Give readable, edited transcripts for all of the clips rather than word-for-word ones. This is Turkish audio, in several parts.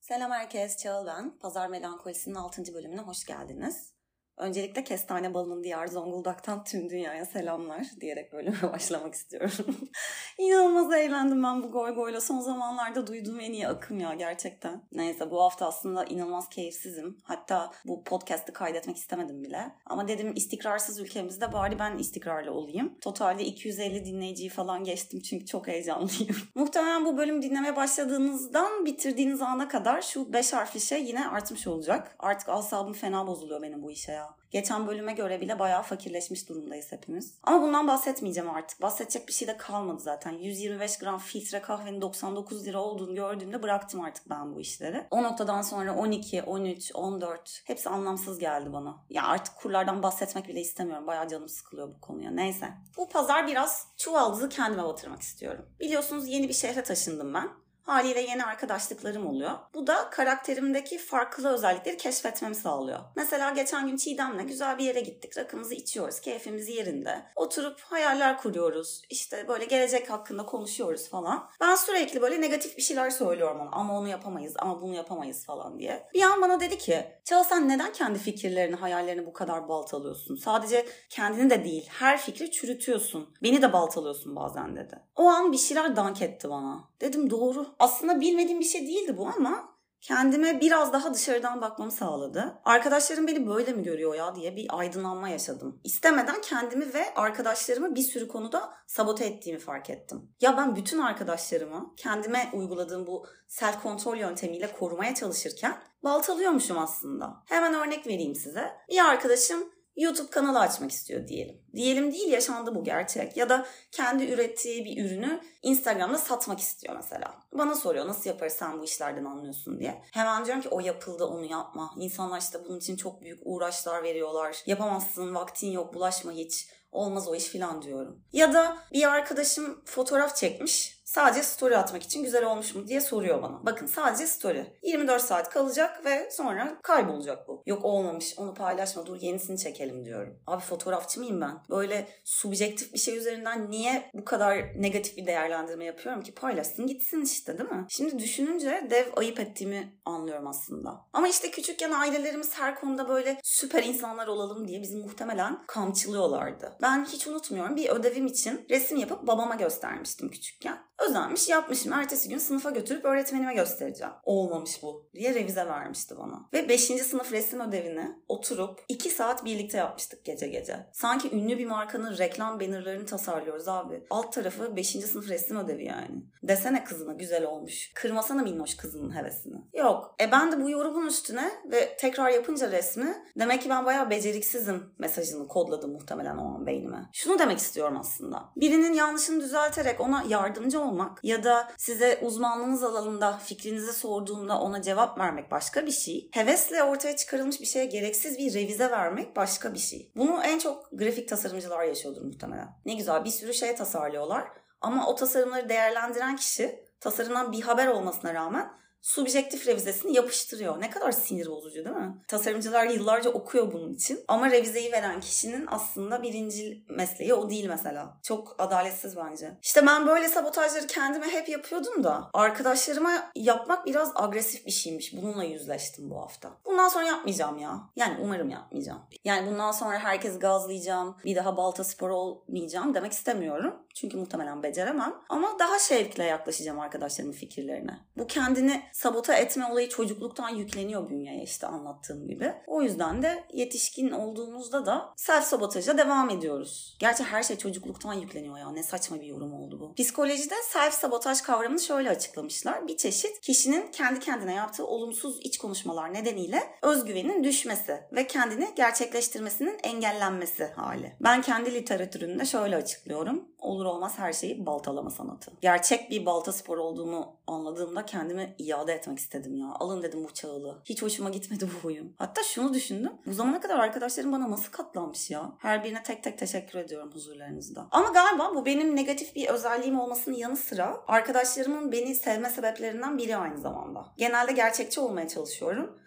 Selam herkes, Çağıl ben. Pazar Melankolisi'nin 6. bölümüne hoş geldiniz. Öncelikle Kestane Balının Diyarı Zonguldak'tan tüm dünyaya selamlar diyerek bölüme başlamak istiyorum. İnanılmaz eğlendim ben bu goygoyla. Son zamanlarda duyduğum en iyi akım ya gerçekten. Neyse bu hafta aslında inanılmaz keyifsizim. Hatta bu podcast'ı kaydetmek istemedim bile. Ama dedim istikrarsız ülkemizde bari ben istikrarlı olayım. Totalde 250 dinleyiciyi falan geçtim çünkü çok heyecanlıyım. Muhtemelen bu bölüm dinlemeye başladığınızdan bitirdiğiniz ana kadar şu 5 harfli şey yine artmış olacak. Artık asabım fena bozuluyor benim bu işe ya. Geçen bölüme göre bile bayağı fakirleşmiş durumdayız hepimiz. Ama bundan bahsetmeyeceğim artık. Bahsedecek bir şey de kalmadı zaten. 125 gram filtre kahvenin 99 lira olduğunu gördüğümde bıraktım artık ben bu işleri. O noktadan sonra 12, 13, 14 hepsi anlamsız geldi bana. Ya artık kurlardan bahsetmek bile istemiyorum. Bayağı canım sıkılıyor bu konuya. Neyse. Bu pazar biraz çuvaldızı kendime batırmak istiyorum. Biliyorsunuz yeni bir şehre taşındım ben. Haliyle yeni arkadaşlıklarım oluyor. Bu da karakterimdeki farklı özellikleri keşfetmemi sağlıyor. Mesela geçen gün Çiğdem'le güzel bir yere gittik. Rakımızı içiyoruz, keyfimiz yerinde. Oturup hayaller kuruyoruz. İşte böyle gelecek hakkında konuşuyoruz falan. Ben sürekli böyle negatif bir şeyler söylüyorum ona. Ama onu yapamayız, ama bunu yapamayız falan diye. Bir an bana dedi ki, Çağla sen neden kendi fikirlerini, hayallerini bu kadar baltalıyorsun? Sadece kendini de değil, her fikri çürütüyorsun. Beni de baltalıyorsun bazen dedi. O an bir şeyler dank etti bana. Dedim doğru. Aslında bilmediğim bir şey değildi bu ama kendime biraz daha dışarıdan bakmamı sağladı. Arkadaşlarım beni böyle mi görüyor ya diye bir aydınlanma yaşadım. İstemeden kendimi ve arkadaşlarımı bir sürü konuda sabote ettiğimi fark ettim. Ya ben bütün arkadaşlarımı kendime uyguladığım bu self kontrol yöntemiyle korumaya çalışırken baltalıyormuşum aslında. Hemen örnek vereyim size. Bir arkadaşım YouTube kanalı açmak istiyor diyelim. Diyelim değil, yaşandı bu gerçek. Ya da kendi ürettiği bir ürünü Instagram'da satmak istiyor mesela. Bana soruyor nasıl yaparız sen bu işlerden anlıyorsun diye. Hemen diyorum ki o yapıldı, onu yapma. İnsanlar işte bunun için çok büyük uğraşlar veriyorlar. Yapamazsın, vaktin yok, bulaşma hiç. Olmaz o iş falan diyorum. Ya da bir arkadaşım fotoğraf çekmiş. Sadece story atmak için güzel olmuş mu diye soruyor bana. Bakın sadece story. 24 saat kalacak ve sonra kaybolacak bu. Yok olmamış, onu paylaşma, dur yenisini çekelim diyorum. Abi fotoğrafçı mıyım ben? Böyle subjektif bir şey üzerinden niye bu kadar negatif bir değerlendirme yapıyorum ki? Paylaşsın gitsin işte değil mi? Şimdi düşününce dev ayıp ettiğimi anlıyorum aslında. Ama işte küçükken ailelerimiz her konuda böyle süper insanlar olalım diye bizi muhtemelen kamçılıyorlardı. Ben hiç unutmuyorum, bir ödevim için resim yapıp babama göstermiştim küçükken. Özenmiş yapmışım. Ertesi gün sınıfa götürüp öğretmenime göstereceğim. Olmamış bu diye revize vermişti bana. Ve 5. sınıf resim ödevini oturup 2 saat birlikte yapmıştık gece gece. Sanki ünlü bir markanın reklam bannerlarını tasarlıyoruz abi. Alt tarafı 5. sınıf resim ödevi yani. Desene kızına güzel olmuş. Kırmasana minnoş kızının hevesini. Yok. Ben de bu yorumun üstüne ve tekrar yapınca resmi demek ki ben bayağı beceriksizim mesajını kodladım muhtemelen o an beynime. Şunu demek istiyorum aslında. Birinin yanlışını düzelterek ona yardımcı olmak ya da size uzmanlığınız alanında fikrinizi sorduğunda ona cevap vermek başka bir şey. Hevesle ortaya çıkarılmış bir şeye gereksiz bir revize vermek başka bir şey. Bunu en çok grafik tasarımcılar yaşıyordur muhtemelen. Ne güzel bir sürü şey tasarlıyorlar ama o tasarımları değerlendiren kişi tasarımdan bir haber olmasına rağmen subjektif revizesini yapıştırıyor. Ne kadar sinir bozucu değil mi? Tasarımcılar yıllarca okuyor bunun için. Ama revizeyi veren kişinin aslında birinci mesleği o değil mesela. Çok adaletsiz bence. İşte ben böyle sabotajları kendime hep yapıyordum da arkadaşlarıma yapmak biraz agresif bir şeymiş. Bununla yüzleştim bu hafta. Bundan sonra yapmayacağım ya. Yani umarım yapmayacağım. Yani bundan sonra herkes gazlayacağım. Bir daha balta spor olmayacağım demek istemiyorum. Çünkü muhtemelen beceremem. Ama daha şevkle yaklaşacağım arkadaşlarımın fikirlerine. Bu kendini sabote etme olayı çocukluktan yükleniyor bünyeye işte anlattığım gibi. O yüzden de yetişkin olduğumuzda da self sabotaja devam ediyoruz. Gerçi her şey çocukluktan yükleniyor ya. Ne saçma bir yorum oldu bu. Psikolojide self sabotaj kavramını şöyle açıklamışlar. Bir çeşit kişinin kendi kendine yaptığı olumsuz iç konuşmalar nedeniyle özgüvenin düşmesi ve kendini gerçekleştirmesinin engellenmesi hali. Ben kendi literatürümde şöyle açıklıyorum. Olur olmaz her şeyi baltalama sanatı. Gerçek bir balta spor olduğumu anladığımda kendimi iade etmek istedim ya. Alın dedim bu Çağıl'ı. Hiç hoşuma gitmedi bu huyum. Hatta şunu düşündüm. Bu zamana kadar arkadaşlarım bana nasıl katlanmış ya. Her birine tek tek teşekkür ediyorum huzurlarınızda. Ama galiba bu benim negatif bir özelliğim olmasının yanı sıra arkadaşlarımın beni sevme sebeplerinden biri aynı zamanda. Genelde gerçekçi olmaya çalışıyorum ve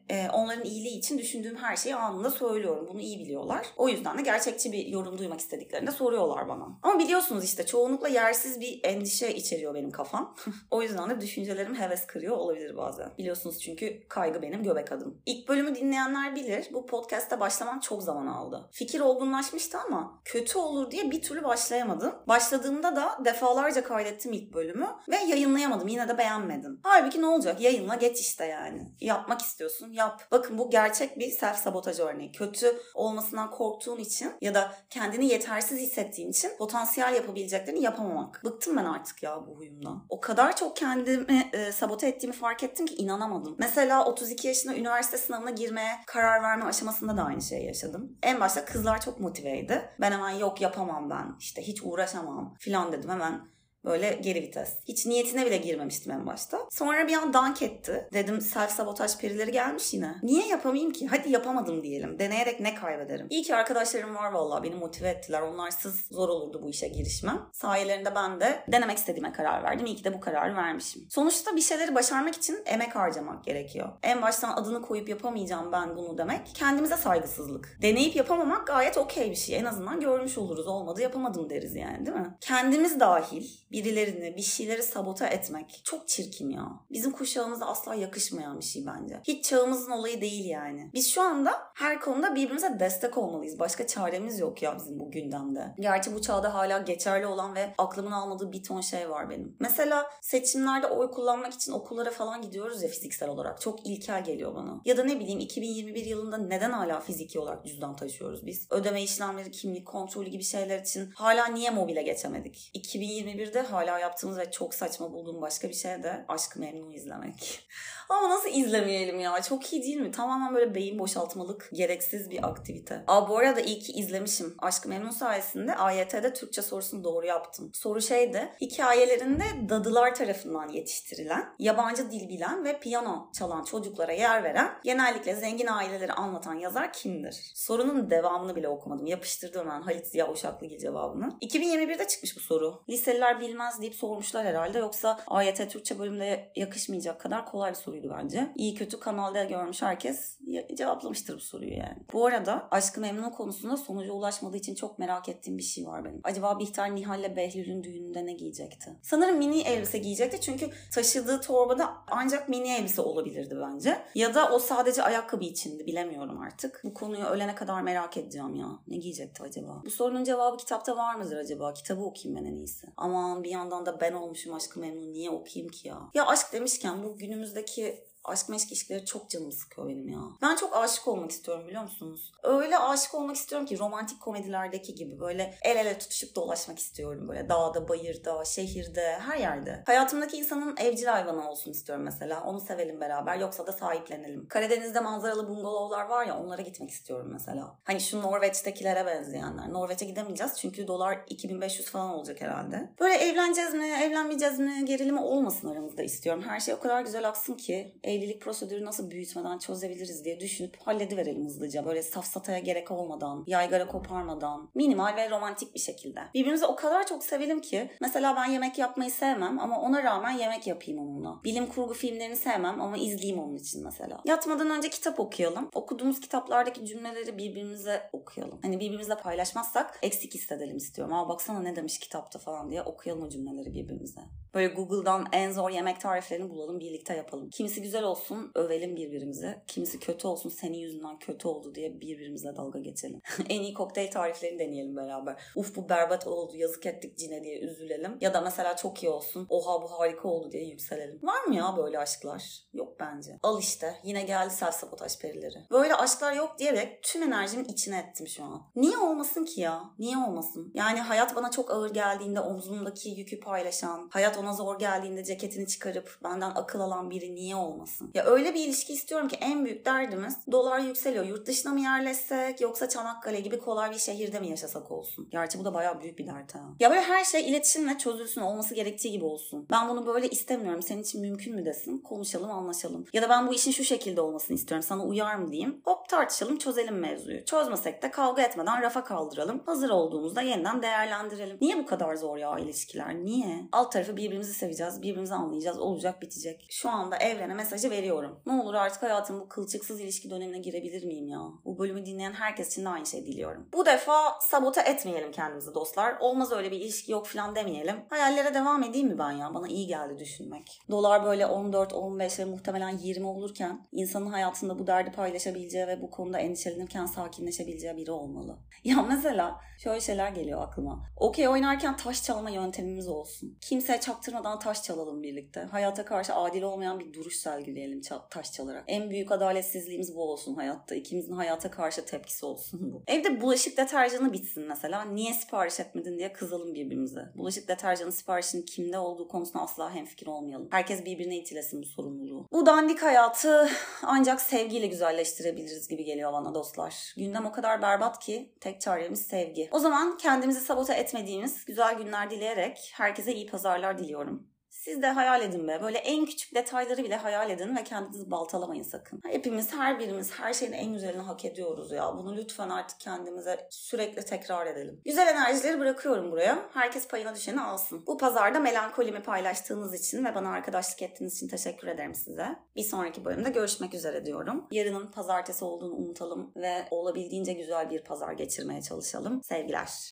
onların iyiliği için düşündüğüm her şeyi anında söylüyorum. Bunu iyi biliyorlar. O yüzden de gerçekçi bir yorum duymak istediklerinde soruyorlar bana. Ama biliyorsunuz işte çoğunlukla yersiz bir endişe içeriyor benim kafam. O yüzden de düşüncelerim heves kırıyor olabilir bazen. Biliyorsunuz çünkü kaygı benim göbek adım. İlk bölümü dinleyenler bilir. Bu podcast'a başlamam çok zaman aldı. Fikir olgunlaşmıştı ama kötü olur diye bir türlü başlayamadım. Başladığımda da defalarca kaydettim ilk bölümü ve yayınlayamadım. Yine de beğenmedim. Halbuki ne olacak? Yayınla geç işte yani. Yapmak istiyorsun, yap. Bakın bu gerçek bir self sabotaj örneği. Kötü olmasından korktuğun için ya da kendini yetersiz hissettiğin için potansiyel yapabileceklerini yapamamak. Bıktım ben artık ya bu huyumdan. O kadar çok kendimi sabote ettiğimi fark ettim ki inanamadım. Mesela 32 yaşında üniversite sınavına girmeye karar verme aşamasında da aynı şeyi yaşadım. En başta kızlar çok motiveydi. Ben hemen yok yapamam ben, işte hiç uğraşamam filan dedim hemen. Böyle geri vites. Hiç niyetine bile girmemiştim en başta. Sonra bir an dank etti. Dedim self sabotaj perileri gelmiş yine. Niye yapamayayım ki? Hadi yapamadım diyelim. Deneyerek ne kaybederim? İyi ki arkadaşlarım var vallahi. Beni motive ettiler. Onlarsız zor olurdu bu işe girişmem. Sayelerinde ben de denemek istediğime karar verdim. İyi ki de bu kararı vermişim. Sonuçta bir şeyleri başarmak için emek harcamak gerekiyor. En baştan adını koyup yapamayacağım ben bunu demek kendimize saygısızlık. Deneyip yapamamak gayet okey bir şey. En azından görmüş oluruz. Olmadı yapamadım deriz yani, değil mi? Kendimiz dahil birilerini, bir şeyleri sabote etmek çok çirkin ya. Bizim kuşağımıza asla yakışmayan bir şey bence. Hiç çağımızın olayı değil yani. Biz şu anda her konuda birbirimize destek olmalıyız. Başka çaremiz yok ya bizim bu gündemde. Gerçi bu çağda hala geçerli olan ve aklımın almadığı bir ton şey var benim. Mesela seçimlerde oy kullanmak için okullara falan gidiyoruz ya fiziksel olarak. Çok ilkel geliyor bana. Ya da ne bileyim 2021 yılında neden hala fiziki olarak cüzdan taşıyoruz biz? Ödeme işlemleri, kimlik kontrolü gibi şeyler için hala niye mobile geçemedik? 2021'de hala yaptığımız ve çok saçma bulduğum başka bir şey de Aşk-ı Memnu izlemek. Ama nasıl izlemeyelim ya? Çok iyi değil mi? Tamamen böyle beyin boşaltmalık, gereksiz bir aktivite. Bu arada iyi ki izlemişim. Aşk-ı Memnu sayesinde AYT'de Türkçe sorusunu doğru yaptım. Soru şeydi: hikayelerinde dadılar tarafından yetiştirilen, yabancı dil bilen ve piyano çalan çocuklara yer veren, genellikle zengin aileleri anlatan yazar kimdir? Sorunun devamını bile okumadım. Yapıştırdım ben Halit Ziya Uşaklıgil cevabını. 2021'de çıkmış bu soru. Liseliler bilmez deyip sormuşlar herhalde. Yoksa AYT Türkçe bölümde yakışmayacak kadar kolay bir soruydu bence. İyi kötü kanalda görmüş herkes cevaplamıştır bu soruyu yani. Bu arada Aşk-ı Memnu konusunda sonuca ulaşmadığı için çok merak ettiğim bir şey var benim. Acaba Bihter Nihal'le Behlül'ün düğününde ne giyecekti? Sanırım mini elbise giyecekti çünkü taşıdığı torbada ancak mini elbise olabilirdi bence. Ya da o sadece ayakkabı içindi, bilemiyorum artık. Bu konuyu ölene kadar merak edeceğim ya. Ne giyecekti acaba? Bu sorunun cevabı kitapta var mıdır acaba? Kitabı okuyayım ben en iyisi. Aman bir yandan da ben olmuşum Aşk-ı Memnu, niye okuyayım ki ya? Ya aşk demişken bu günümüzdeki aşk meşk ilişkileri çok canımı sıkıyor benim ya. Ben çok aşık olmak istiyorum, biliyor musunuz? Öyle aşık olmak istiyorum ki romantik komedilerdeki gibi böyle el ele tutuşup dolaşmak istiyorum. Böyle dağda, bayırda, şehirde, her yerde. Hayatımdaki insanın evcil hayvanı olsun istiyorum mesela. Onu sevelim beraber, yoksa da sahiplenelim. Karadeniz'de manzaralı bungalovlar var ya, onlara gitmek istiyorum mesela. Hani şu Norveç'tekilere benzeyenler. Norveç'e gidemeyeceğiz çünkü dolar 2500 falan olacak herhalde. Böyle evleneceğiz mi, evlenmeyeceğiz mi gerilimi olmasın aramızda istiyorum. Her şey o kadar güzel aksın ki evlilik prosedürü nasıl büyütmeden çözebiliriz diye düşünüp hallediverelim hızlıca. Böyle safsataya gerek olmadan, yaygara koparmadan, minimal ve romantik bir şekilde. Birbirimizi o kadar çok sevelim ki mesela ben yemek yapmayı sevmem ama ona rağmen yemek yapayım onunla. Bilim kurgu filmlerini sevmem ama izleyeyim onun için mesela. Yatmadan önce kitap okuyalım. Okuduğumuz kitaplardaki cümleleri birbirimize okuyalım. Hani birbirimizle paylaşmazsak eksik hissedelim istiyorum. Baksana ne demiş kitapta falan diye okuyalım o cümleleri birbirimize. Böyle Google'dan en zor yemek tariflerini bulalım, birlikte yapalım. Kimisi güzel olsun, övelim birbirimize. Kimisi kötü olsun, senin yüzünden kötü oldu diye birbirimize dalga geçelim. En iyi kokteyl tariflerini deneyelim beraber. Uf bu berbat oldu, yazık ettik Cine diye üzülelim. Ya da mesela çok iyi olsun, oha bu harika oldu diye yükselelim. Var mı ya böyle aşklar? Yok bence. Al işte, yine geldi self sabotaj perileri. Böyle aşklar yok diyerek tüm enerjimi içine ettim şu an. Niye olmasın ki ya? Niye olmasın? Yani hayat bana çok ağır geldiğinde omzumdaki yükü paylaşan, hayat ona zor geldiğinde ceketini çıkarıp benden akıl alan biri niye olmasın? Ya öyle bir ilişki istiyorum ki en büyük derdimiz dolar yükseliyor. Yurt dışına mı yerleşsek yoksa Çanakkale gibi kolay bir şehirde mi yaşasak olsun? Gerçi bu da bayağı büyük bir dert ha. Ya böyle her şey iletişimle çözülsün, olması gerektiği gibi olsun. Ben bunu böyle istemiyorum. Senin için mümkün mü desin? Konuşalım, anlaşalım. Ya da ben bu işin şu şekilde olmasını istiyorum. Sana uyar mı diyeyim. Hop tartışalım, çözelim mevzuyu. Çözmesek de kavga etmeden rafa kaldıralım. Hazır olduğumuzda yeniden değerlendirelim. Niye bu kadar zor ya ilişkiler? Niye? Alt tarafı birbirimizi seveceğiz, birbirimizi anlayacağız, olacak bitecek. Şu anda evrene mesajı veriyorum. Ne olur artık hayatım bu kılçıksız ilişki dönemine girebilir miyim ya? Bu bölümü dinleyen herkes için de aynı şeyi diliyorum. Bu defa sabote etmeyelim kendimizi dostlar. Olmaz öyle bir ilişki yok falan demeyelim. Hayallere devam edeyim mi ben ya? Bana iyi geldi düşünmek. Dolar böyle 14, 15 ve muhtemelen 20 olurken insanın hayatında bu derdi paylaşabileceği ve bu konuda endişelenirken sakinleşebileceği biri olmalı. Ya mesela şöyle şeyler geliyor aklıma. Okey oynarken taş çalma yöntemimiz olsun. Kimseye çaktırmadan taş çalalım birlikte. Hayata karşı adil olmayan bir duruş sergileyelim taş çalarak. En büyük adaletsizliğimiz bu olsun hayatta. İkimizin hayata karşı tepkisi olsun bu. Evde bulaşık deterjanı bitsin mesela. Niye sipariş etmedin diye kızalım birbirimize. Bulaşık deterjanı siparişinin kimde olduğu konusunda asla hemfikir olmayalım. Herkes birbirine itilesin bu sorumluluğu. Bu dandik hayatı ancak sevgiyle güzelleştirebiliriz gibi geliyor bana dostlar. Gündem o kadar berbat ki tek çaremiz sevgi. O zaman kendimizi sabote etmediğimiz güzel günler dileyerek herkese iyi pazarlar diliyorum. Siz de hayal edin be. Böyle en küçük detayları bile hayal edin ve kendinizi baltalamayın sakın. Hepimiz, her birimiz her şeyin en güzelini hak ediyoruz ya. Bunu lütfen artık kendimize sürekli tekrar edelim. Güzel enerjileri bırakıyorum buraya. Herkes payına düşeni alsın. Bu pazarda melankolimi paylaştığınız için ve bana arkadaşlık ettiğiniz için teşekkür ederim size. Bir sonraki bölümde görüşmek üzere diyorum. Yarının pazartesi olduğunu unutalım ve olabildiğince güzel bir pazar geçirmeye çalışalım. Sevgiler.